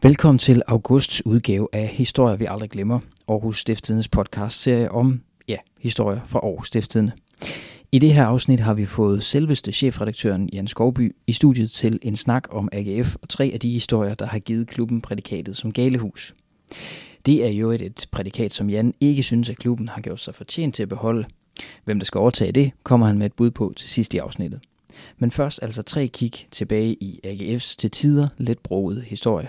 Velkommen til augusts udgave af Historier vi aldrig glemmer, Aarhus Stiftstidendes podcast-serie om, historier fra Aarhus Stiftstidende. I det her afsnit har vi fået selveste chefredaktøren Jan Skovby i studiet til en snak om AGF og 3 af de historier, der har givet klubben prædikatet som galehus. Det er jo et prædikat, som Jan ikke synes, at klubben har gjort sig fortjent til at beholde. Hvem der skal overtage det, kommer han med et bud på til sidst i afsnittet. Men først altså 3 kig tilbage i AGF's til tider lidt brogede historie.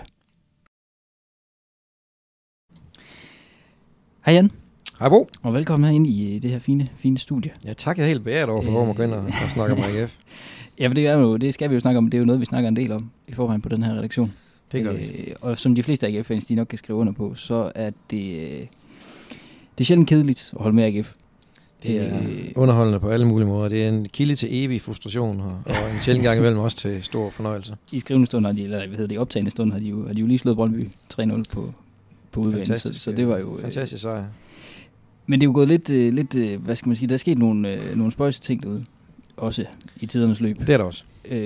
Hej Jan. Hej Bo. Og velkommen herinde i det her fine studie. Ja, tak. Jeg er helt beæret over for, hvor man går ind og snakker om AGF. Ja, for det skal vi jo snakke om. Det er jo noget, vi snakker en del om i forvejen på den her redaktion. Det gør vi. Og som de fleste AGF-fans, de nok kan skrive under på, så er det er sjældent kedeligt at holde med AGF. Det er underholdende på alle mulige måder. Det er en kilde til evig frustration, og en sjældent gang imellem også til stor fornøjelse. I skrivende stund har de, eller i optagende stund har de jo lige slået Brøndby 3-0 på udbanen. Så det var jo fantastisk sejr. Men det er jo gået lidt hvad skal man sige, der er sket nogle spøjse ting derude, også i tidernes løb. Det er der også.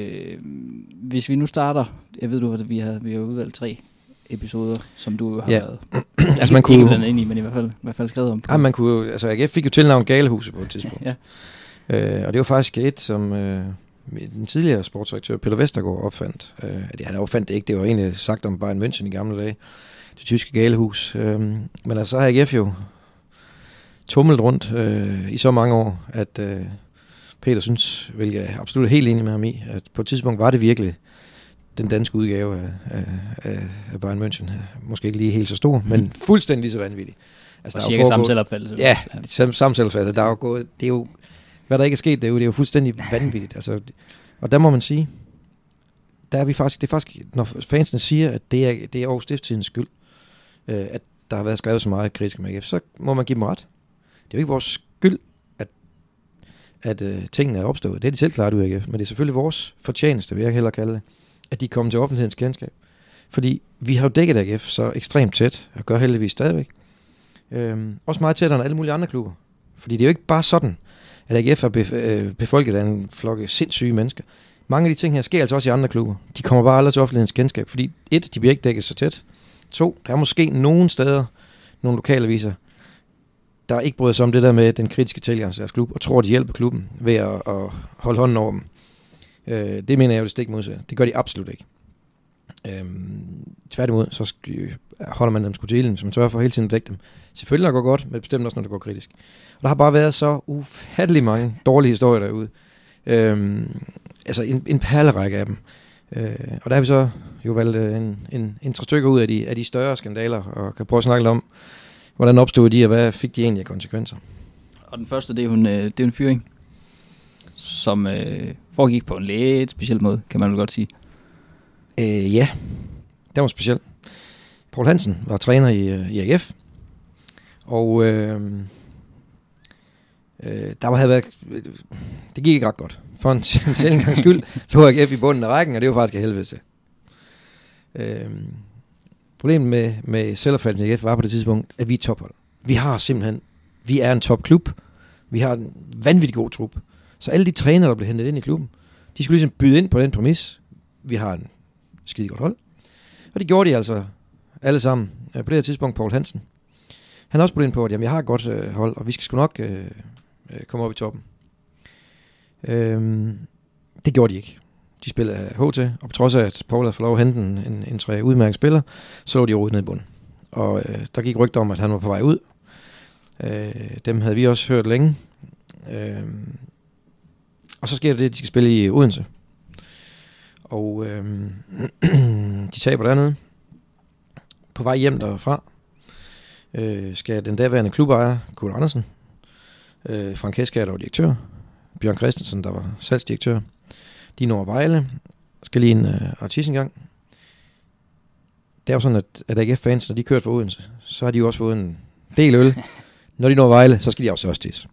Hvis vi nu starter, jeg ved du, at vi har udvalgt 3 episoder, som du har været altså man kunne ikke blandet ind i, men i hvert fald skrevet om. Ja, man kunne, altså AGF fik jo tilnavn Galehuset på et tidspunkt. Ja. Og det var faktisk et, som den tidligere sportsdirektør Peter Vestergaard opfandt. Han opfandt det ikke, det var egentlig sagt om Bayern München i gamle dage. Det tyske galehus. Men altså så har AGF jo tumlet rundt i så mange år, at Peter synes, hvilket jeg er absolut helt enig med ham i, at på et tidspunkt var det virkelig den danske udgave af Bayern München. Måske ikke lige helt så stor, men fuldstændig lige så vanvittig. Altså, og cirka samme selvopfattelse. Ja, samme selvopfattelse. Der er jo gået, det er jo, hvad der ikke er sket, det er jo fuldstændig vanvittigt. Altså, og der må man sige, der er vi faktisk, det er faktisk, når fansene siger, at det er Aarhus Stiftstidens skyld, at der har været skrevet så meget kritisk om AGF, så må man give dem ret. Det er jo ikke vores skyld, at tingene er opstået. Det er de selv klart ud af AGF, men det er selvfølgelig vores fortjeneste, vil jeg hellere kalde det, at de kommer til offentlighedens kendskab. Fordi vi har jo dækket AGF så ekstremt tæt, og gør heldigvis stadigvæk. Også meget tættere end alle mulige andre klubber. Fordi det er jo ikke bare sådan, at AGF er befolket af en flokke sindssyge mennesker. Mange af de ting her sker altså også i andre klubber. De kommer bare aldrig til offentlighedens kendskab, fordi 1, de bliver ikke dækket så tæt. 2, der er måske nogle steder, nogle lokalaviser, der ikke bryder sig om det der med den kritiske tilgang til deres klub, og tror, de hjælper klubben ved at holde hånden over dem. Det mener jeg jo det stik modsatte. Det gør de absolut ikke. Tværtimod, så holder man dem sgu til ilden, så man tør for hele tiden at dække dem. Selvfølgelig når det går godt, men bestemt også når det går kritisk. Og der har bare været så ufattelig mange dårlige historier derude. Altså en perlerække af dem. Og der har vi så jo valgt en 3 stykker ud af de større skandaler, og kan prøve at snakke lidt om, hvordan opstod de, og hvad fik de egentlig af konsekvenser. Og den første, det er jo en fyring, som foregik på en lidt speciel måde, kan man vel godt sige. Ja, det var specielt. Poul Hansen var træner i AGF, og der havde været, det gik ikke ret godt. For en sjældent gang skyld lå AGF i bunden af rækken, og det var faktisk af helvede til. Problemet med selvopfattelsen i AGF var på det tidspunkt, at vi er tophold. Vi er en topklub. Vi har en vanvittig god trup. Så alle de trænere, der blev hentet ind i klubben, de skulle ligesom byde ind på den præmis. Vi har en skide godt hold. Og det gjorde de altså alle sammen. På det her tidspunkt Poul Hansen. Han har også budt ind på, at jamen, jeg har et godt hold, og vi skal sgu nok komme op i toppen. Det gjorde de ikke. De spillede HT, og på trods af, at Poul havde fået lov at hente en 3 udmærket spiller, så lå de rodet ned i bunden. Og der gik rygter om, at han var på vej ud. Dem havde vi også hørt længe. Og så sker det, at de skal spille i Odense. Og de taber dernede. På vej hjem derfra skal den daværende klubejer, Kurt Andersen, Frank Heskær, der var direktør, Bjørn Christensen, der var salgsdirektør, de når Vejle, skal lige en artist engang. Det er jo sådan, at AGF-fans, når de kører for Odense, så har de jo også fået en del øl. Når de når Vejle, så skal de også tis.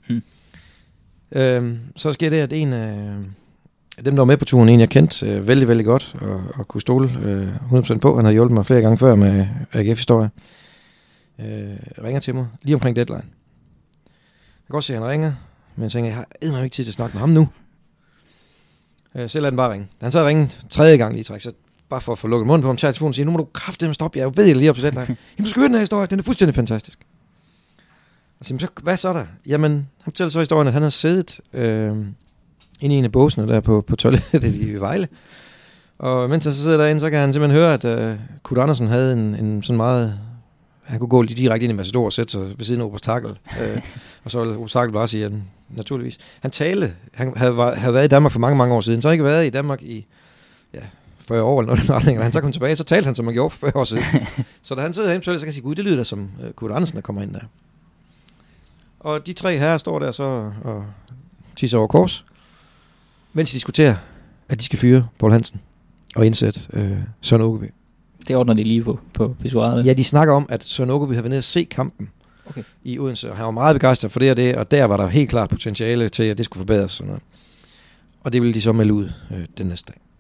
Så sker det, at en af dem, der var med på turen, en jeg kendte vældig, vældig godt, og kunne stole 100% på, han havde hjulpet mig flere gange før med AGF-historie, ringer til mig lige omkring deadline. Jeg kan godt se, at han ringer, men jeg tænker, jeg har ikke tid til at snakke med ham nu. Så lader den bare ringe. Da han så ringet 3. gang lige træk, så bare for at få lukket munden på ham, tager telefonen og siger, nu må du kraftedeme stoppe, jeg ved det lige op til den der. Jamen, du skal høre den her historie, den er fuldstændig fantastisk. Og siger, så hvad så der? Jamen, han fortæller så historien, at han har siddet inde i en af båsene der på toilettet i Vejle. Og mens han så sidder derinde, så kan han simpelthen høre, at Kurt Andersen havde en sådan meget... Han kunne gå lige direkte ind i Matador og sætte sig ved siden af Oberst Hackel. Og så ville Oberst Hackel bare sige, naturligvis. Han havde været i Danmark for mange, mange år siden. Så har ikke været i Danmark i 40 år eller noget. Når han så kom tilbage, så talte han, som han gjorde for 40 år siden. Så da han sidder hjemme, så kan han sige, gud, det lyder da som Kurt Andersen, der kommer ind der. Og de tre herrer står der så og tisser over kors, mens de diskuterer, at de skal fyre Poul Hansen og indsætte Søren Åkerby. Det ordner de lige på pissoiret. Ja, de snakker om, at Søren Åkerby har været nede og se kampen i Odense, og han var meget begejstret for det, og der var der helt klart potentiale til, at det skulle forbedres. Sådan noget. Og det ville de så melde ud den næste dag.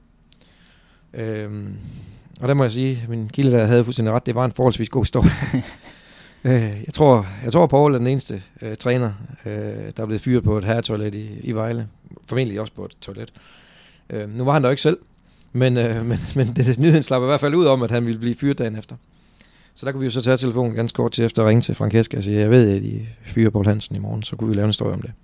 Og der må jeg sige, at min kilde der havde fuldstændig ret, det var en forholdsvis god historie. Jeg tror Poul er den eneste træner, der er blevet fyret på et herretoilet i Vejle. Formentlig også på et toilet. Nu var han der jo ikke selv, men nyheden slap i hvert fald ud om, at han ville blive fyret dagen efter. Så der kunne vi jo så tage telefonen ganske kort til efter at ringe til Frank Heske og sige, jeg ved, at de fyrer Poul Hansen i morgen, så kunne vi lave en historie om det.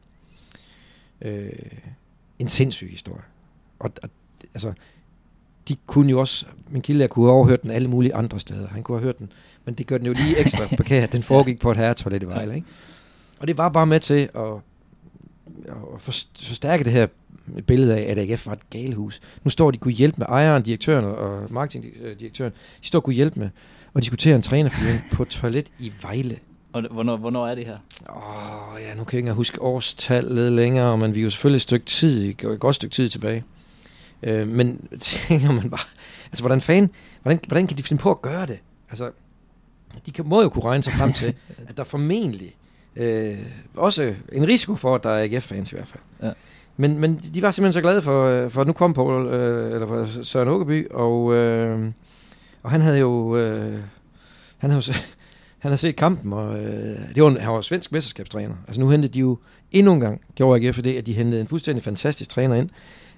En sindssyg historie. Og altså, de kunne jo også, min kilde kunne have overhørt den alle mulige andre steder. Han kunne have hørt den, men det gør den jo lige ekstra bekendt, at den foregik på et herretoilet i Vejle, ikke? Og det var bare med til at forstærke det her billede af, at AGF var et galehus. Nu står de kunne hjælpe med ejeren, direktøren og marketingdirektøren. De står kunne hjælpe med at diskutere en trænerfyring på et toilet i Vejle. Og hvornår er det her? Ja, nu kan jeg ikke engang huske årstallet længere, men vi er jo selvfølgelig et godt stykke tid tilbage. Men tænker man bare, altså hvordan kan de finde på at gøre det? Altså, de må jo kunne regne sig frem til, at der formentlig også en risiko for, at der er AGF-fans i hvert fald. Ja. Men de var simpelthen så glade for at nu kom Poul, eller for Søren Åkerby, og han havde jo han havde set kampen, og han var svensk mesterskabstræner. Altså nu hentede de jo endnu en gang, gjorde AGF for det, at de hentede en fuldstændig fantastisk træner ind.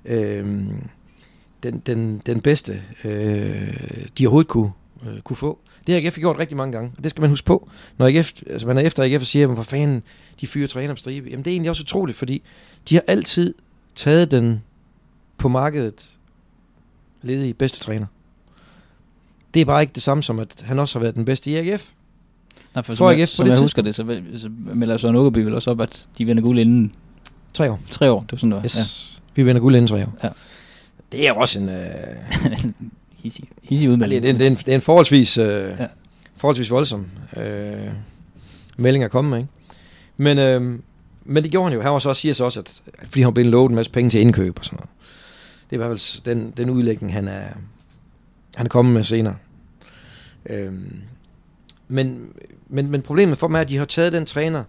Den bedste, de overhovedet kunne få. Det har AGF gjort rigtig mange gange, og det skal man huske på. Når AGF, altså man er efter AGF og siger, hvor fanden de fyrer træner på stribe. Jamen det er egentlig også utroligt, fordi de har altid taget den på markedet ledige bedste træner. Det er bare ikke det samme som, at han også har været den bedste i AGF. Nej, for AGF, som jeg husker det, så melder Søren Åkerby vel også op, at de vinder guld inden 3 år. 3 år, det var sådan, det var. Yes. Ja. Vi vinder guld inden 3 år. Ja. Det er jo også en... hissig udmelding. Det er en forholdsvis voldsom melding at komme med, ikke? Men det gjorde han jo. Han var så også, siger så også, at fordi han blev lovet en masse penge til indkøb og sådan noget. Det er i hvert fald den udlægning, han er kommet med senere. Men problemet for mig er, at de har taget den træner,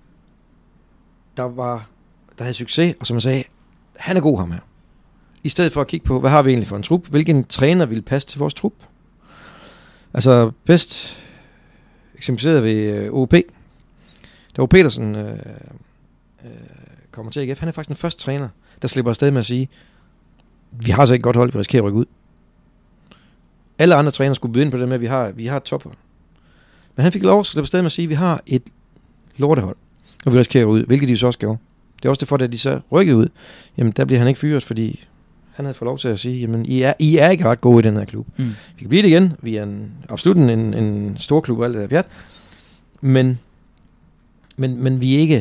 der havde succes, og som jeg sagde, han er god ham her. I stedet for at kigge på, hvad har vi egentlig for en trup? Hvilken træner vil passe til vores trup? Altså bedst eksemplificeret ved OP. Da O. Petersen kommer til AGF, han er faktisk den første træner, der slipper afsted med at sige, vi har så ikke godt hold, vi risikerer at rykke ud. Alle andre trænere skulle byde ind på det med, at vi har et tophold. Men han fik lov at slippe afsted med at sige, at vi har et lortehold, og vi risikerer at rykke ud, hvilket de jo så også gjorde. Det er også det for, at de så rykkede ud. Jamen, der bliver han ikke fyret, fordi han havde fået lov til at sige, jamen, I er ikke ret gode i den her klub. Vi kan blive det igen. Vi er absolut en stor klub, alt det der pjat. Men vi er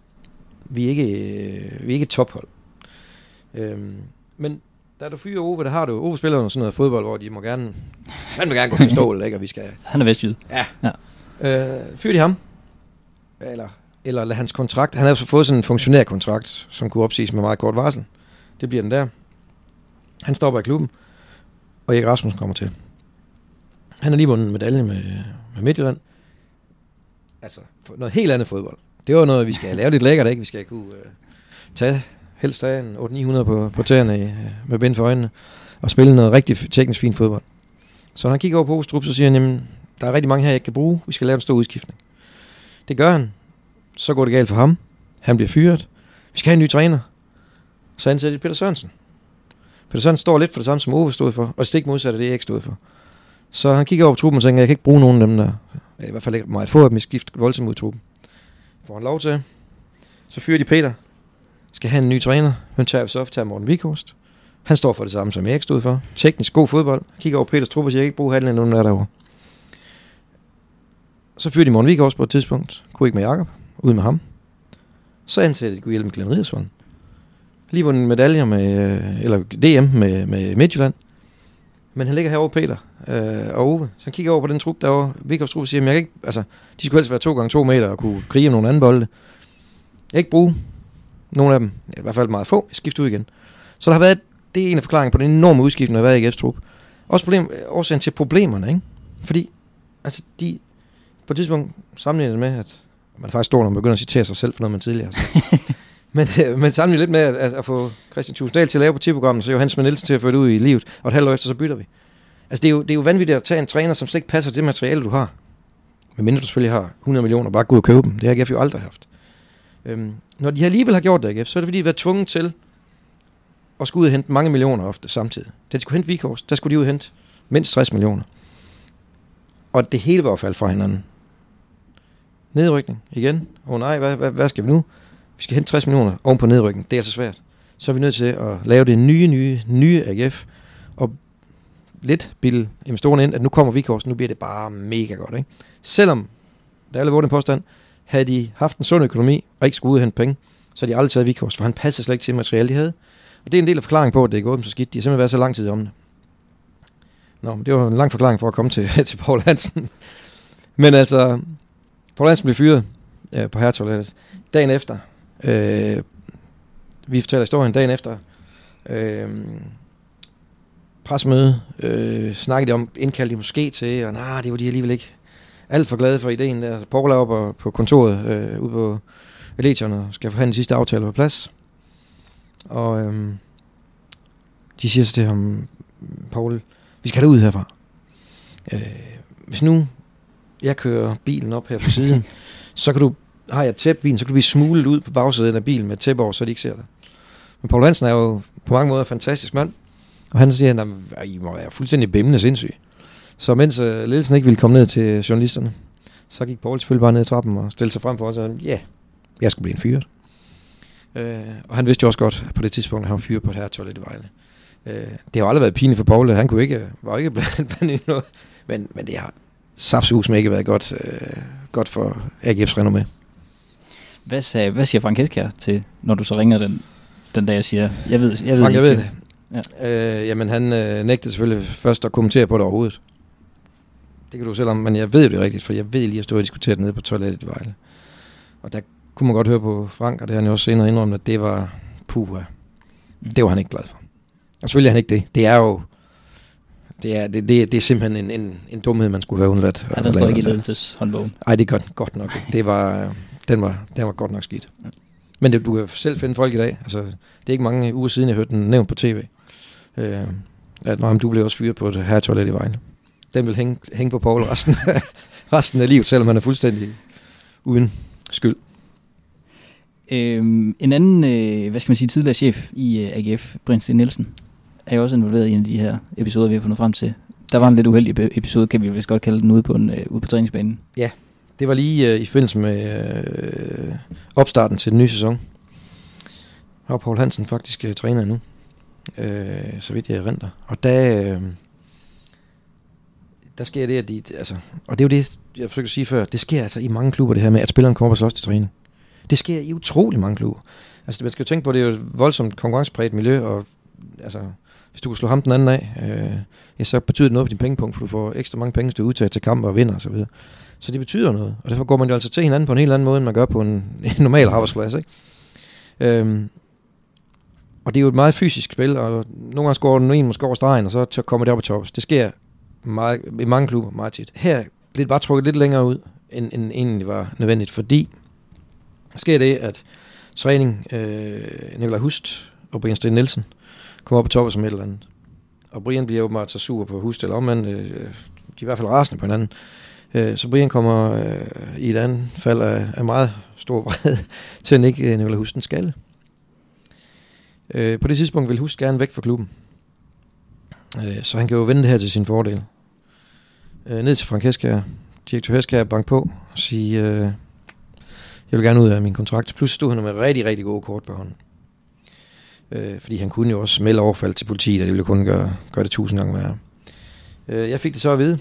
ikke et tophold. Men da du fyrer Ove, der har du Ove spiller sådan noget fodbold, hvor de han vil gerne gå til stål, ikke? Og vi skal... Han er vestjyd. Ja. Fyr de ham. Eller lad hans kontrakt. Han har altså fået sådan en funktionærkontrakt, som kunne opsiges med meget kort varsel. Det bliver den der. Han stopper i klubben, og Erik Rasmussen kommer til. Han har lige vundet en medalje med Midtjylland. Altså, noget helt andet fodbold. Det var noget, vi skal lave lidt lækkert, ikke? Vi skal kunne helst tage en 800-900 på tæerne med bind for øjnene, og spille noget rigtig teknisk fint fodbold. Så når han kigger over på Ostrup, så siger han, jamen, der er rigtig mange her, jeg ikke kan bruge. Vi skal lave en stor udskiftning. Det gør han. Så går det galt for ham. Han bliver fyret. Vi skal have en ny træner. Så ansætter de Peter Sørensen. Pedersen står lidt for det samme, som Ove stod for, og stik modsat af det, jeg ikke stod for. Så han kigger over på truppen og tænker, jeg kan ikke bruge nogen af dem der. I hvert fald ikke meget få af dem i skift voldsomt ud i truppen. Får han lov til. Så fyrer de Peter. Skal have en ny træner. Hun tager Morten Vikhorst. Han står for det samme, som jeg ikke stod for. Teknisk god fodbold. Kigger over Peters truppe og siger, jeg kan ikke bruge halvdelen af nogen der derovre. Så fyrer de Morten Vikhorst på et tidspunkt. Kunne ikke med Jakob. Ud med ham. Så ansætter de kunne hjælpe med Glenn Riddersholm. Lige vundet medaljer med, eller DM med Midtjylland. Men han ligger herovre Peter og Ove. Så han kigger over på den trup derovre. Vikhorst truppe siger, jeg kan ikke, altså, de skulle helst være 2x2 meter og kunne krige om nogle anden bolde. Jeg kan ikke bruge nogle af dem. I hvert fald meget få. Jeg skifter ud igen. Så der har været, det er en af forklaringen på den enorme udskiftning, der har været i AGF's trup. Også årsagen til problemerne, ikke? Fordi, altså, de på et tidspunkt sammenlignet med, at man faktisk står, når man begynder at citere sig selv for noget, man tidligere men sammenlignet lidt med at få Christian Tusinddal til at lave partiprogrammet, så er jo Hans Nielsen til at føre det ud i livet, og et halvt år efter, så bytter vi. Altså, det er jo vanvittigt at tage en træner, som slet ikke passer til det materiale, du har. Men mindre du selvfølgelig har 100 millioner, bare gå ud og købe dem. Det har AGF jo aldrig haft. Når de alligevel har gjort det, AGF, så er det fordi, de har været tvunget til at skulle ud og hente mange millioner ofte samtidig. Da de skulle hente Vikhorst, der skulle de ud og hente mindst 60 millioner. Og det hele var jo faldet fra hinanden. Nedrykning igen. Nej, hvad skal vi nu? Vi skal hente 60 millioner oven på nedrykning. Det er så svært. Så er vi nødt til at lave det nye AGF. Og lidt bilde investorerne ind, at nu kommer Vikhorst, nu bliver det bare mega godt. Ikke? Selvom, der er alle den påstand, havde de haft en sund økonomi, og ikke skulle ud og hente penge, så havde de aldrig taget Vikhorst, for han passer slet ikke til materiale, de havde. Og det er en del af forklaringen på, at det er gået dem så skidt. De har simpelthen været så lang tid om det. Nå, men det var en lang forklaring for at komme til Poul Hansen. Men altså, Poul Hansen blev fyret på herretoilettet. Dagen efter, vi fortæller historien, dagen efter, pressemøde, snakkede de om, indkaldte de måske til, og det var de alligevel ikke alt for glade for ideen der. Poul er oppe på kontoret ude på Elegion og skal forhandle de sidste aftale på plads. Og de siger så til ham, Poul, vi skal da ud herfra. Hvis nu jeg kører bilen op her på siden, så har jeg tæppe bilen, så kan du blive smuglet ud på bagsædet af bilen med tæppe over, så de ikke ser dig. Men Poul Hansen er jo på mange måder en fantastisk mand, og han siger, at I må være fuldstændig bæmmende sindssyg. Så mens ledelsen ikke ville komme ned til journalisterne, så gik Poul selvfølgelig bare ned ad trappen og stillede sig frem for os og sagde, jeg skulle blive en fyret. Og han vidste jo også godt på det tidspunkt, at han var fyret på et herretoilet i Vejle. Det har jo aldrig været pinligt for Poul, han var ikke blandt i noget, men det har saftsus ikke været godt for AGF's renommé. Hvad siger Frank Heskjær til, når du så ringer den dag, jeg siger, jeg ved Frank, jeg ved det. Ja. Jamen han nægtede selvfølgelig først at kommentere på det overhovedet. Det kan du selv om, men jeg ved det rigtigt, for jeg ved lige at stå og diskutere det nede på toilettet i Vejle. Og der kunne man godt høre på Frank, og det har han jo også senere indrømmet, at det var puha. Det var han ikke glad for. Og selvfølgelig er han ikke det. Det er jo det er simpelthen en dumhed, man skulle have undladt. Ja, den står ikke i ledelseshåndbogen. Nej, det er godt nok. Den var godt nok skidt. Ja. Men du kan selv finde folk i dag. Altså, det er ikke mange uger siden, jeg hørte den nævnt på tv. At du blev også fyret på et herretoilet i Vejle. Den vil hænge på Poul resten af livet, selvom han er fuldstændig uden skyld. En anden, tidligere chef i AGF, Brins Nielsen, er jo også involveret i en af de her episoder, vi har fundet frem til. Der var en lidt uheldig episode, kan vi vist godt kalde den, ude på træningsbanen. Ja, det var lige i forbindelse med opstarten til den nye sæson. Og Poul Hansen faktisk træner nu, så vidt jeg erindrer. Og der sker det, at og det er jo det, jeg forsøgte at sige før, det sker altså i mange klubber, det her med, at spillerne kommer på os til træning. Det sker i utrolig mange klubber. Altså, man skal jo tænke på, det er jo et voldsomt konkurrencepræget miljø, og altså, hvis du kan slå ham den anden af, så betyder det noget for din pengepunkt, for du får ekstra mange penge, hvis du udtager til kamp og vinder, og så videre. Så det betyder noget, og derfor går man jo altså til hinanden på en helt anden måde, end man gør på en normal arbejdsplads, ikke? Og det er jo et meget fysisk spil, og nogle gange scorer den en måske over stregen, og så kommer det op i tops. Det sker meget, i mange klubber meget tit. Her blev det bare trukket lidt længere ud, end egentlig var nødvendigt, fordi sker det, at træning Nikolaj Hust og Brian Sten Nielsen kommer op på toppen som et eller andet. Og Brian bliver åbenbart så sur på Hust, eller omvendt, de er i hvert fald rasende på hinanden. Så Brian kommer i et andet fald af meget stor vrede til at nikke Nikolaj Hustens skalle. På det tidspunkt vil Hust gerne væk fra klubben. Så han kan jo vende det her til sin fordel. Ned til Frank Heskjær, direktør Heskjær, bank på og sige, jeg vil gerne ud af min kontrakt. Plus stod han med rigtig, rigtig gode kort på hånden. Fordi han kunne jo også melde overfald til politiet, og det ville kun gøre det 1000 gange værre. Jeg fik det så at vide,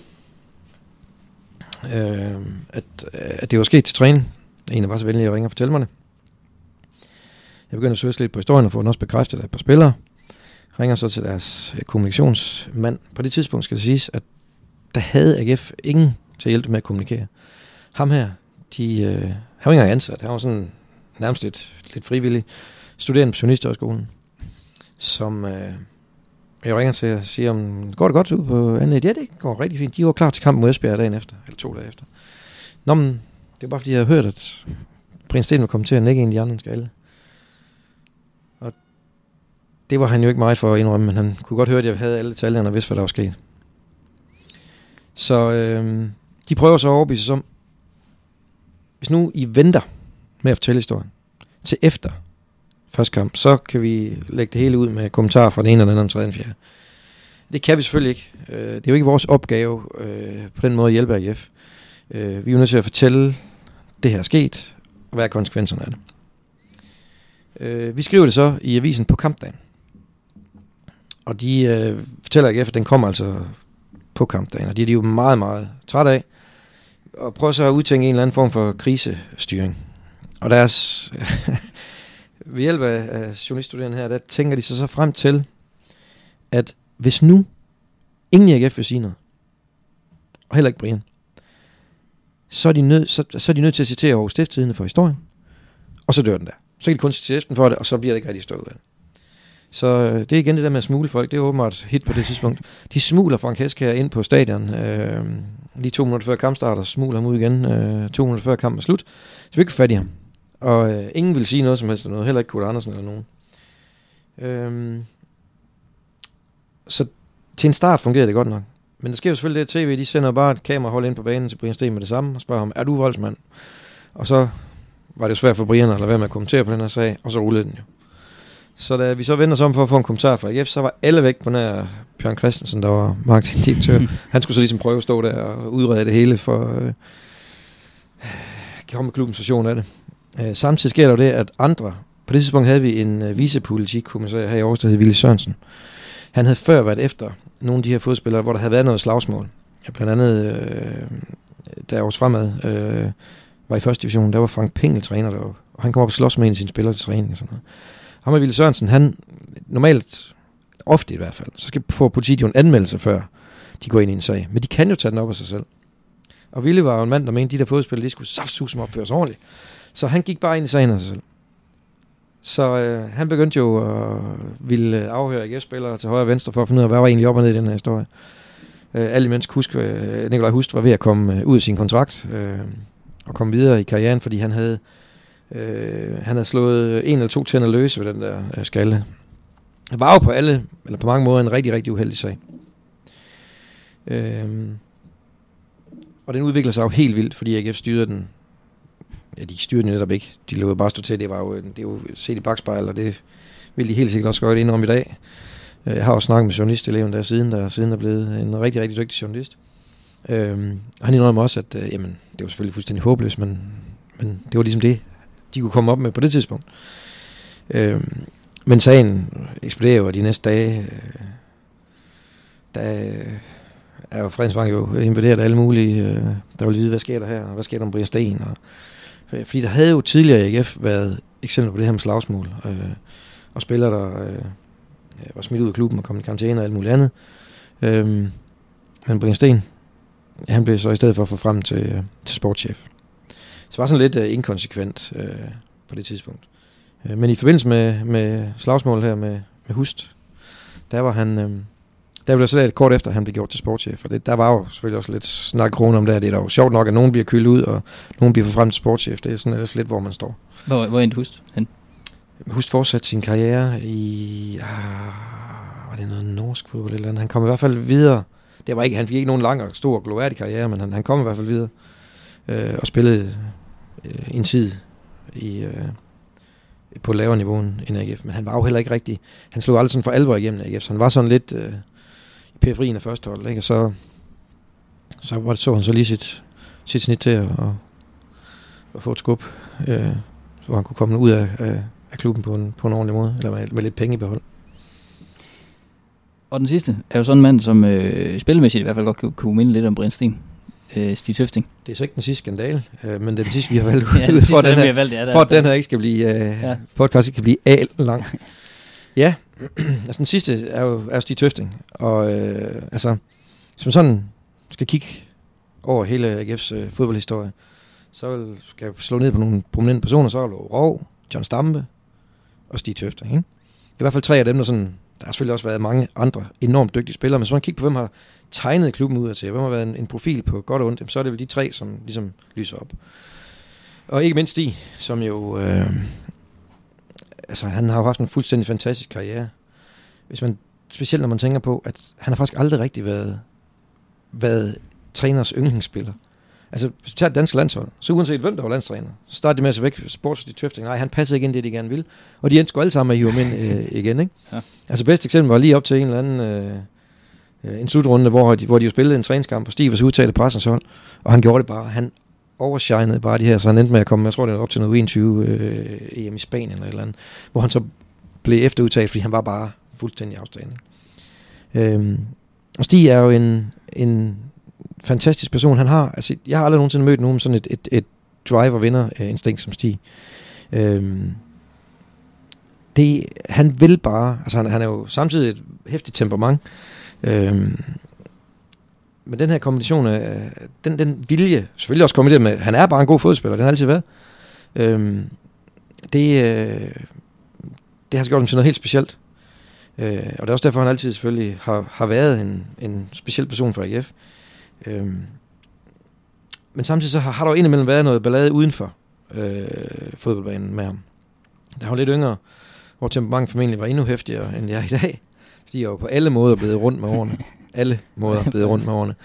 at det var sket til træning. En var så venlig at ringe og fortælle mig det. Jeg begyndte at søge lidt på historien og få den også bekræftet af et par spillere. Ringer så til deres kommunikationsmand. På det tidspunkt skal det siges, at der havde AGF ingen til at hjælpe med at kommunikere. Ham her, han var ikke engang ansat. Han var sådan nærmest lidt frivillig studerende på Journalisthøjskolen, som jeg ringer til og siger, om går det godt ud på andet? Ja, det går rigtig fint. De var klar til kampen mod Esbjerg dagen efter, eller 2 dage efter. Nå, men det var bare fordi, jeg havde hørt, at Brian Sten var kommet til at nække en af de andre skalle. Og det var han jo ikke meget for at indrømme, men han kunne godt høre, at jeg havde alle detaljerne og vidste, hvad der var sket. Så de prøver så at overbevise om, hvis nu I venter med at fortælle historien til efter første kamp, så kan vi lægge det hele ud med kommentarer fra den ene og den anden, den tredje og den fjerde. Det kan vi selvfølgelig ikke. Det er jo ikke vores opgave på den måde at hjælpe AGF. Vi er jo nødt til at fortælle, det her er sket, og hvad er konsekvenserne af det. Vi skriver det så i avisen på kampdagen. Og de fortæller AGF, at den kommer altså på kampdagen, og de er jo meget, meget trætte af, og prøver så at udtænke en eller anden form for krisestyring. Og deres ved hjælp af journaliststuderende her, der tænker de sig så frem til, at hvis nu ingen i AGF vil sige noget, og heller ikke Brian, så er de nødt til at citere Aarhus Stiftstidende for historien, og så dør den der. Så kan de kun citere den for det, og så bliver det ikke rigtig stået ud af det. Så det er igen det der med at smule folk. Det er åbenbart hit på det tidspunkt. De smugler Frank Heskjær ind på stadion lige 2 minutter før kamp starter, smugler ham ud igen 2 minutter før kampen er slut. Så vi ikke få fat i ham. Og ingen vil sige noget som helst noget. Heller ikke Kurt Andersen eller nogen. Så til en start fungerer det godt nok. Men der sker jo selvfølgelig det, at TV de sender bare et kamerahold ind på banen til Brian Sten med det samme og spørger ham, er du voldsmand? Og så var det svært for Brian at lade være med at kommentere på den her sag, og så rullede den jo. Så da vi så vender os om for at få en kommentar fra AGF, så var alle væk på nær Bjørn Christensen, der var marketingdirektør. Han skulle så ligesom prøve at stå der og udrede det hele for at komme med klubbens version af det. Samtidig sker der jo det, at andre, på det tidspunkt havde vi en vicepolitikommissær her i Aarhus, der hed Willy Sørensen. Han havde før været efter nogle af de her fodspillere, hvor der havde været noget slagsmål. Ja, blandt andet, da Aarhus Fremad var i første division, der var Frank Pengel træner deroppe, og han kom op og slås med en af sine spillere til træning og sådan noget. Ham og Willy Sørensen, han normalt, ofte i hvert fald, så skal få politiet jo en anmeldelse før de går ind i en sag. Men de kan jo tage den op af sig selv. Og Willy var jo en mand, der mente, de der fodspillere, de skulle saftsusme opføre sig ordentligt. Så han gik bare ind i sagen af sig selv. Så han begyndte jo at ville afhøre AGF-spillere til højre og venstre for at finde ud af, hvad var egentlig op og ned i den her historie. Alt imens Nikolaj Hust var ved at komme ud af sin kontrakt og komme videre i karrieren, fordi han havde slået 1 eller 2 tænder løse ved den der skalle. Det var jo på på mange måder en rigtig, rigtig uheldig sag. Og den udvikler sig jo helt vildt, fordi AGF styrede den. Ja, de styrede den netop ikke. De lå bare stå til. Det er jo set i bakspejl, og det vil de helt sikkert også godt indrømme i dag. Jeg har også snakket med journalisteleven der siden er blevet en rigtig, rigtig dygtig journalist. Han indrømmer også, at det var selvfølgelig fuldstændig håbløst, men det var ligesom det, de kunne komme op med på det tidspunkt. Men sagen eksploderer jo, og de næste dage, der er jo Fredensvang jo invaderet alle mulige, der vil vide, hvad sker der her, og hvad sker der om Brian Sten. Fordi der havde jo tidligere i AGF været eksempler på det her med slagsmål, og spillere, der var smidt ud af klubben og kom i karantæne og alt muligt andet. Men Brian Sten, han blev så i stedet for at få frem til sportschef. Så det var sådan lidt inkonsekvent på det tidspunkt. Men i forbindelse med slagsmål her med Hust, der blev så lidt kort efter, at han blev gjort til sportschef. Og der var jo selvfølgelig også lidt snak krone om det. Det er jo sjovt nok, at nogen bliver kyldet ud, og nogen bliver frem til sportschef. Det er sådan lidt, hvor man står. Hvor endte Hust hen? Hust fortsatte sin karriere i... var det noget norsk fodbold eller andet? Han kom i hvert fald videre. Han fik ikke nogen lang og stor glorværdig karriere, men han kom i hvert fald videre. Og spillede en tid på lavere niveau end AGF. Men han var jo heller ikke rigtig... Han slog aldrig sådan for alvor igennem AGF. Så han var sådan lidt... periferien af første hold, ikke? Og så han så lige sit snit til at få et skub, så han kunne komme ud af klubben på en ordentlig måde, eller med lidt penge i behold. Og den sidste er jo sådan en mand, som spillemæssigt i hvert fald godt kunne minde lidt om Brian Steen. Stig Tøfting. Det er så ikke den sidste skandale, men den sidste, vi har valgt ja, for at den her ikke skal blive, podcast ikke kan blive lang. Ja, altså den sidste er jo Stig Tøfting, og altså, som sådan skal kigge over hele AGF's fodboldhistorie, så skal jeg slå ned på nogle prominente personer, så er der Rov, John Stampe og Stig Tøfting, ikke? Det er i hvert fald 3 af dem, der har selvfølgelig også været mange andre enormt dygtige spillere, men hvis man kigger på, hvem har tegnet klubben ud til, hvem har været en profil på godt og ondt, så er det vel de 3, som ligesom lyser op. Og ikke mindst Stig, som jo, altså han har jo haft en fuldstændig fantastisk karriere. Specielt når man tænker på, at han har faktisk aldrig rigtig været træners yndlingsspiller. Altså, hvis du tager et dansk landshold, så uanset hvem der var landstræner, så starter de med at se væk Sportslig Tøfting. Nej, han passede ikke ind det, de gerne ville. Og de endte sgu alle sammen med at hive ham ind igen, ikke? Ja. Altså, bedste eksempel var lige op til en eller anden en slutrunde, hvor de jo spillede en træningskamp, og Stig var så udtaget af pressens hold, og han gjorde det bare. Han overshinede bare de her, så han endte med at komme, jeg tror det var op til noget 21 EM i Spanien eller et eller andet, hvor han så blev efterudtaget, fordi han var bare fuldstændig afstående. Og Stig er jo en fantastisk person. Han har, altså jeg har aldrig nogensinde mødt nogen sådan et driver-vinder-instinkt som Stig. Han vil bare, altså han er jo samtidig et hæftigt temperament, men den her kombination af den vilje, selvfølgelig også kombineret med, han er bare en god fodspiller, den har altid været. Det har gjort ham til noget helt specielt. Og det er også derfor, han altid selvfølgelig har været en speciel person for AGF. Men samtidig så har der jo indimellem været noget ballade uden for fodboldbanen med ham. Der var lidt yngre, hvor temperament formentlig var endnu hæftigere, end jeg er i dag. Stig er jo på alle måder blevet rundt med årene. Alle måder blevet rundt med årene.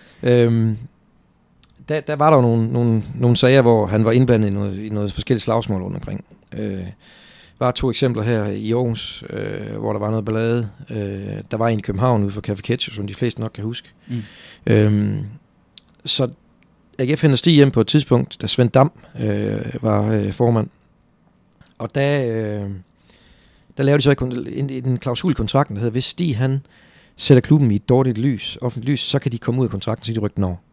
Der var der jo nogle sager, hvor han var indblandet i noget forskelligt slagsmål rundt omkring. Der var 2 eksempler her i Aarhus, hvor der var noget ballade. Der var en i København ude for Café Ketchup, som de fleste nok kan huske. Så AGF henter Stig hjem på et tidspunkt, da Svend Dam var formand. Og der lavede de så en klausul i kontrakten, der hedder, hvis Stig han sætter klubben i et dårligt lys, offentligt lys, så kan de komme ud af kontrakten, så de rykker den over.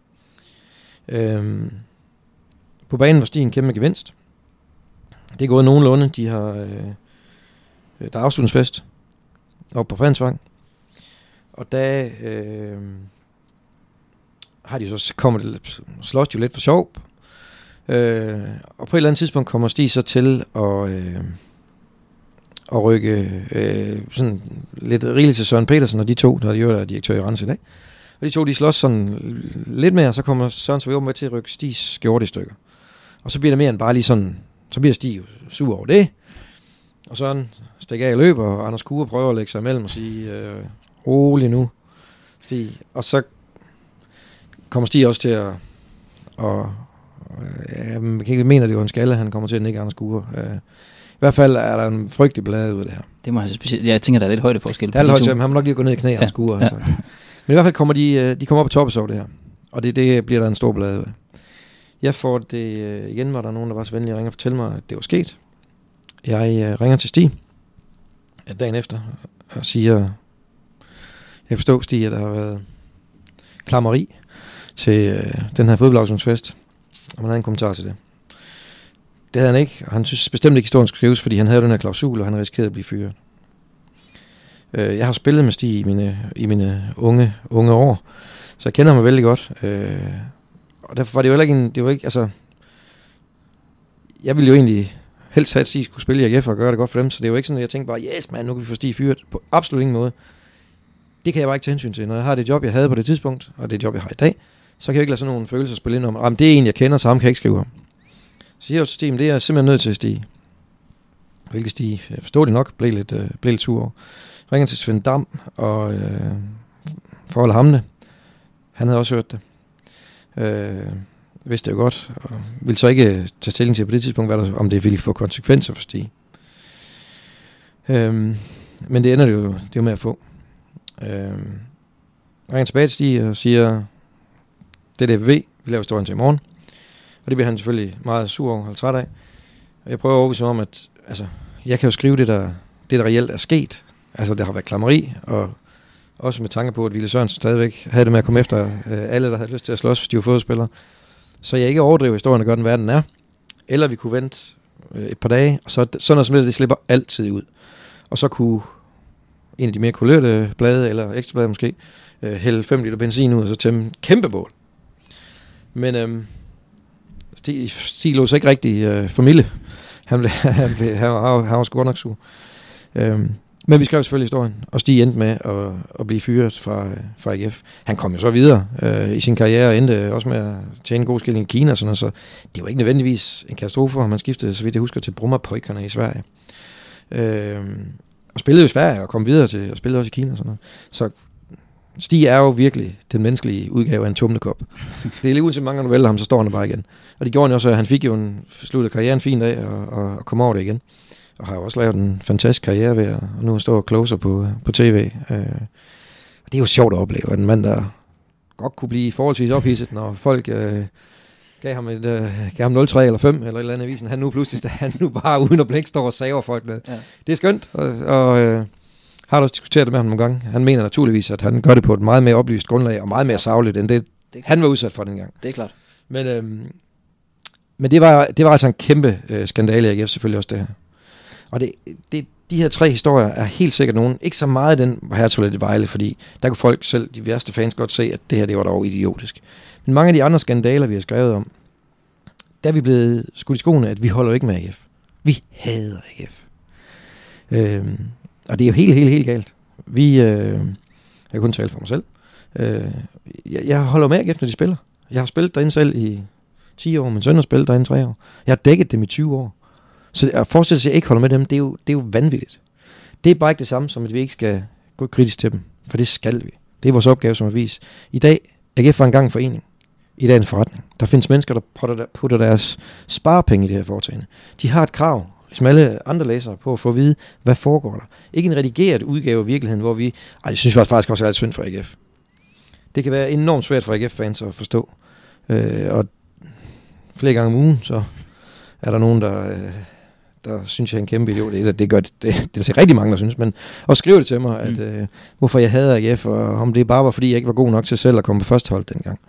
På banen var Stig en kæmpe gevinst. Det er gået nogenlunde. De har der er afslutningsfest oppe på Fredensvang. Og der har de så slås jo lidt for sjov. Og på et eller andet tidspunkt kommer Stig så til at rykke sådan lidt rigeligt til Søren Petersen og de 2, der er direktør i Randers i dag. Og de 2, de slås sådan lidt mere, så kommer Søren så med til at rykke Stigs skjorte i stykker. Og så bliver det mere end bare lige sådan, så bliver Stig jo sur over det. Og Søren stikker af i løb, og Anders Kure prøver at lægge sig imellem og sige, rolig nu, Stig. Og så kommer Stig også til at jeg mener, det er jo en skalle, han kommer til at nikke Anders Kure. I hvert fald er der en frygtelig ballade ud af det her. Det må altså specielt. Jeg tænker, der er lidt højdeforskel. Der er lidt højdeforskel, han må nok lige gå ned i knæ, Anders Kure. Altså. Men i hvert fald kommer de kommer op på toppen over det her. Og det bliver der en stor ballade ud af. Jeg får det igen, var der nogen, der var så venlig at ringe og fortælle mig, at det var sket. Jeg ringer til Stig dagen efter og siger, jeg forstår Stig, at der har været klammeri til den her fodboldafslutningsfest, og man havde en kommentar til det. Det havde han ikke, og han synes bestemt ikke, historien skulle skrives, fordi han havde den her klausul, og han risikerede at blive fyret. Jeg har spillet med Stig i mine unge år, så jeg kender ham vældig godt. Og derfor var det jo heller ikke, altså, jeg ville jo egentlig helst have, at Stig skulle spille i AGF og gøre det godt for dem, så det er jo ikke sådan, at jeg tænkte bare, yes man, nu kan vi få Stig fyret. På absolut ingen måde. Det kan jeg bare ikke tage hensyn til. Når jeg har det job, jeg havde på det tidspunkt, og det job, jeg har i dag, så kan jeg ikke lade sådan nogle følelser spille ind om, det er en, jeg kender, så ham kan jeg ikke skrive om. Så siger jeg til Stig, det er jeg simpelthen nødt til at Stig. Hvilket Stig, jeg forstår det nok, blev lidt sur over. Jeg ringer til Svend Dam og forholder ham det. Han havde også hørt det. Vidste det jo godt, og ville så ikke tage stilling til på det tidspunkt, om det ville få konsekvenser for Stig. Men det ender det jo med at få. ringer tilbage til Stig og siger, det er det, vi laver historien til i morgen. Og det bliver han selvfølgelig meget sur over, eller træt af. Og jeg prøver at overbevise om, at altså, jeg kan jo skrive det, der reelt er sket. Altså, det har været klammeri, og også med tanke på, at Ville Sørensen stadigvæk havde det med at komme efter alle, der havde lyst til at slås, hvis de var fodboldspillere. Så jeg ikke overdriver historien og gør den, hvad den er. Eller vi kunne vente et par dage, og så sådan noget som det slipper altid ud. Og så kunne en af de mere kulørte blade, eller ekstrablade måske, hælde 5 liter benzin ud, og så tæmme en kæmpe bål. Men Stig lå så ikke rigtig familie. Han var sgu godt nok sur. Men vi skrev selvfølgelig historien, og Stig endte med at blive fyret fra AGF. Han kom jo så videre i sin karriere, og endte også med at tjene en god skilling i Kina. Sådan noget, så det var ikke nødvendigvis en katastrofe, og man skiftede, så vidt jeg husker, til Brommapojkarna i Sverige. Og spillede i Sverige, og kom videre til at spille også i Kina. Sådan noget. Så Stig er jo virkelig den menneskelige udgave af en tumlekop. Det er lige uanset mange, når du vælter ham, så står han der bare igen. Og det gjorde han også, at han fik jo sluttet karrieren fint af, og kom over det igen. Og har jo også lavet en fantastisk karriere ved at nu stå og closer på tv. Det er jo sjovt at opleve, at en mand, der godt kunne blive forholdsvis ophidset, når folk gav ham 0-3 eller 5 eller et eller andet avisen. Han nu bare uden at blinke står og saver folk med. Ja. Det er skønt, og har du også diskuteret det med ham nogle gange. Han mener naturligvis, at han gør det på et meget mere oplyst grundlag, og meget mere sagligt, end det han var udsat for dengang. Det er klart. Men det var altså en kæmpe skandale i AGF, selvfølgelig også det her. Og de her 3 historier er helt sikkert nogen, ikke så meget den Hertolet i Vejle, fordi der kunne folk selv, de værste fans, godt se, at det her, det var dog idiotisk. Men mange af de andre skandaler, vi har skrevet om, der er vi blevet skudt i skoene, at vi holder ikke med AGF. Vi hader AGF. Og det er jo helt galt. Jeg kan kun tale for mig selv. Jeg holder med AGF, når de spiller. Jeg har spillet derinde selv i 10 år, min søn har spillet derinde 3 år. Jeg har dækket dem i 20 år. Så at forestille sig, at jeg ikke holder med dem, det er jo vanvittigt. Det er bare ikke det samme, som at vi ikke skal gå kritisk til dem. For det skal vi. Det er vores opgave som avis. I dag, AGF var engang en forening. I dag en forretning. Der findes mennesker, der putter deres sparepenge i det her foretagende. De har et krav, ligesom alle andre læsere, på at få at vide, hvad foregår der. Ikke en redigeret udgave af virkeligheden, hvor vi... jeg synes faktisk også, at det er synd for AGF. Det kan være enormt svært for AGF-fans at forstå. Og flere gange om ugen, så er der nogen, der synes, jeg er en kæmpe idiot. Det gør det er rigtig mange, der synes. Men også skriver det til mig, at hvorfor jeg hader AGF, og om det bare var, fordi jeg ikke var god nok til selv at komme på første hold dengang.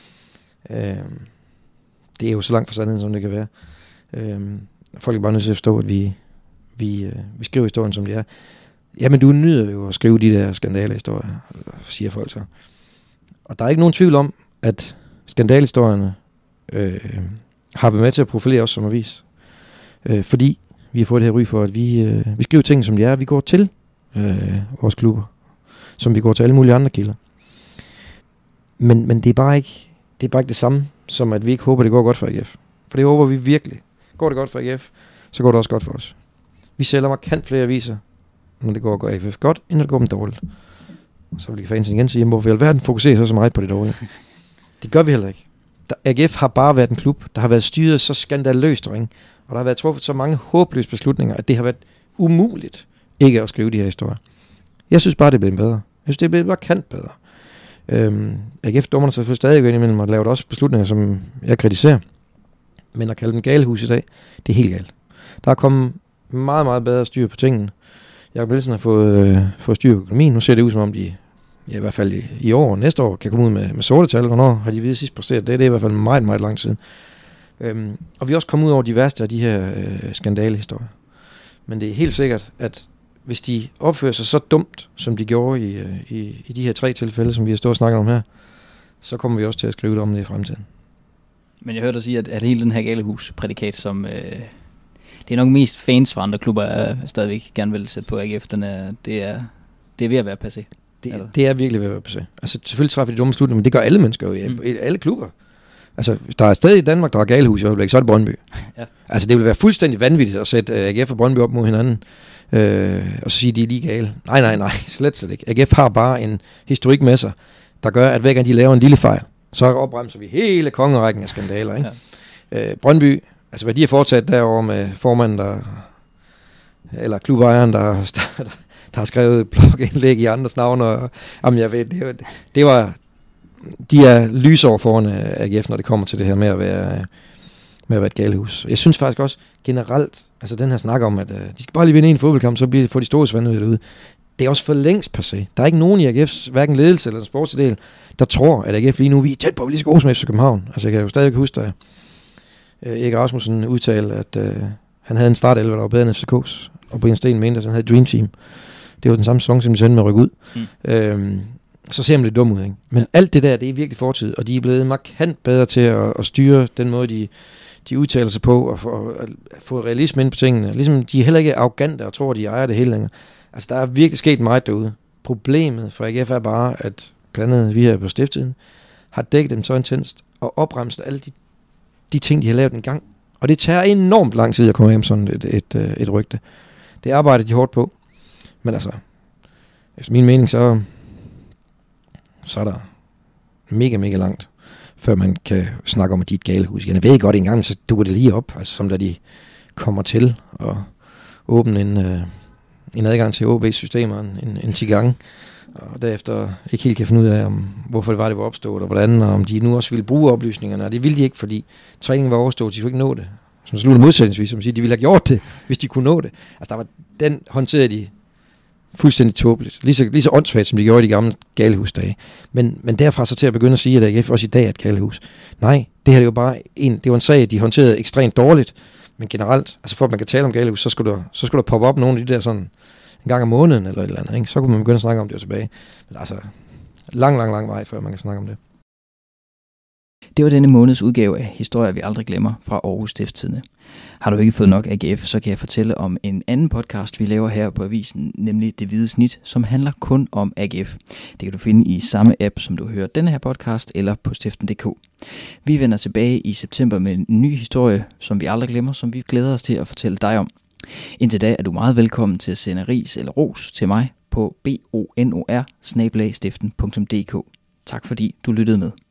Det er jo så langt fra sandheden, som det kan være. Folk er bare nødt til at forstå, at vi skriver historien, som det er. Jamen, du nyder jo at skrive de der skandalehistorier, siger folk så. Og der er ikke nogen tvivl om, at skandalehistorierne har været med til at profilere os som avis. Fordi vi har fået det her ry for, at vi skriver ting, som de er. Vi går til vores klubber, som vi går til alle mulige andre kilder. Men det er bare ikke det samme, som at vi ikke håber, det går godt for AGF. For det håber vi virkelig. Går det godt for AGF, så går det også godt for os. Vi sælger markant flere aviser, når det går AGF godt, end når det går dem dårligt. Så vil fansen igen sige, hvorfor i alverden fokuserer så meget på det dårlige? Det gør vi heller ikke. AGF har bare været en klub, der har været styret så skandaløst, og der har været truffet så mange håbløse beslutninger, at det har været umuligt ikke at skrive de her historier. Jeg synes bare, det er blevet bedre. Jeg synes, det er blevet markant bedre. AGF dummer sig selvfølgelig stadig imellem at lave også beslutninger, som jeg kritiserer. Men at kalde dem galehus i dag, det er helt galt. Der er kommet meget, meget bedre styr på tingene. Jakob Nielsen har fået styr på økonomien. Nu ser det ud som om de, i hvert fald i år og næste år, kan komme ud med sorte tal. Hvornår har de sidst præsteret det? Det er i hvert fald meget, meget lang tid. Og vi er også kommet ud over de værste af de her skandalehistorier. Men det er helt sikkert, at hvis de opfører sig så dumt, som de gjorde i de her 3 tilfælde, som vi har stået og snakket om her, så kommer vi også til at skrive det om det i fremtiden. Men jeg hørte dig sige, at hele den her galehus-prædikat, som det er nok mest fans fra andre klubber, stadigvæk gerne vil sætte på AGF, det er ved at være passé. Det er virkelig ved at være passé. Altså selvfølgelig træffer de dumme beslutninger, men det gør alle mennesker jo i alle klubber. Altså, der er stadig i Danmark, der er galehus i øjeblikket, så er det Brøndby. Ja. Altså, det vil være fuldstændig vanvittigt at sætte AGF og Brøndby op mod hinanden, og så sige, at de er lige gale. Nej, slet ikke. AGF har bare en historik med sig, der gør, at hver gang de laver en lille fejl, så opbremser vi hele kongerækken af skandaler. Ikke? Ja. Brøndby, altså hvad de har foretaget derovre med formanden, eller klubejeren, der har skrevet blogindlæg i andres navn, og jamen, jeg ved, det var, de er lysår foran AGF, når det kommer til det her med at være et galehus. Jeg synes faktisk også generelt, altså den her snak om, at de skal bare lige vinde en fodboldkamp, så får de store svandede derude. Det er også for længst passé. Der er ikke nogen i AGF's, hverken ledelse eller sportsdel, der tror, at AGF lige nu, vi er tæt på at blive lige så gode som FC København. Altså jeg kan jo stadig huske, da Erik Rasmussen udtalte, at han havde en startelver, der var bedre end FCK's, og Brian Sten mente, at han havde et dream team. Det var den samme sæson, som de sendte med at rykke ud. Så ser man lidt dumt ud, ikke? Men alt det der, det er virkelig fortid, og de er blevet markant bedre til at styre den måde, de udtaler sig på, og få realisme ind på tingene. Ligesom de er heller ikke arrogante og tror, at de ejer det hele længere. Altså, der er virkelig sket meget derude. Problemet for AGF er bare, at blandt andet vi her på Stifttiden har dækket dem så intenst og opremset alle de ting, de har lavet en gang. Og det tager enormt lang tid at komme hjem sådan et rygte. Det arbejder de hårdt på. Men altså, efter min mening, så er der mega, mega langt, før man kan snakke om, at de er et galehus. Jeg ved godt, en gang så dukker det lige op, altså som da de kommer til at åbne en adgang til OB's systemer en 10 gange, og derefter ikke helt kan finde ud af, hvorfor det var opstået, og hvordan, og om de nu også ville bruge oplysningerne, og det ville de ikke, fordi træningen var overstået, de kunne ikke nå det. Som slutter modsætningsvis, som siger, de ville have gjort det, hvis de kunne nå det. Altså den håndterede de fuldstændig tåbeligt. Lige så åndssvagt, som de gjorde i de gamle galehusdage. Men derfra så til at begynde at sige, at AGF også i dag er et galehus. Nej, det her er jo bare det var en sag, de håndterede ekstremt dårligt. Men generelt, altså for at man kan tale om galehus, så skulle der poppe op nogle af de der sådan en gang om måneden eller et eller andet, ikke? Så kunne man begynde at snakke om det og tilbage. Men altså, lang vej, før man kan snakke om det. Det var denne måneds udgave af Historier, vi aldrig glemmer fra Aarhus Stiftstidende. Har du ikke fået nok AGF, så kan jeg fortælle om en anden podcast, vi laver her på avisen, nemlig Det Hvide Snit, som handler kun om AGF. Det kan du finde i samme app, som du hører denne her podcast, eller på stiften.dk. Vi vender tilbage i september med en ny historie, som vi aldrig glemmer, som vi glæder os til at fortælle dig om. Indtil da er du meget velkommen til at sende ris eller ros til mig på bonor@stiften.dk. Tak fordi du lyttede med.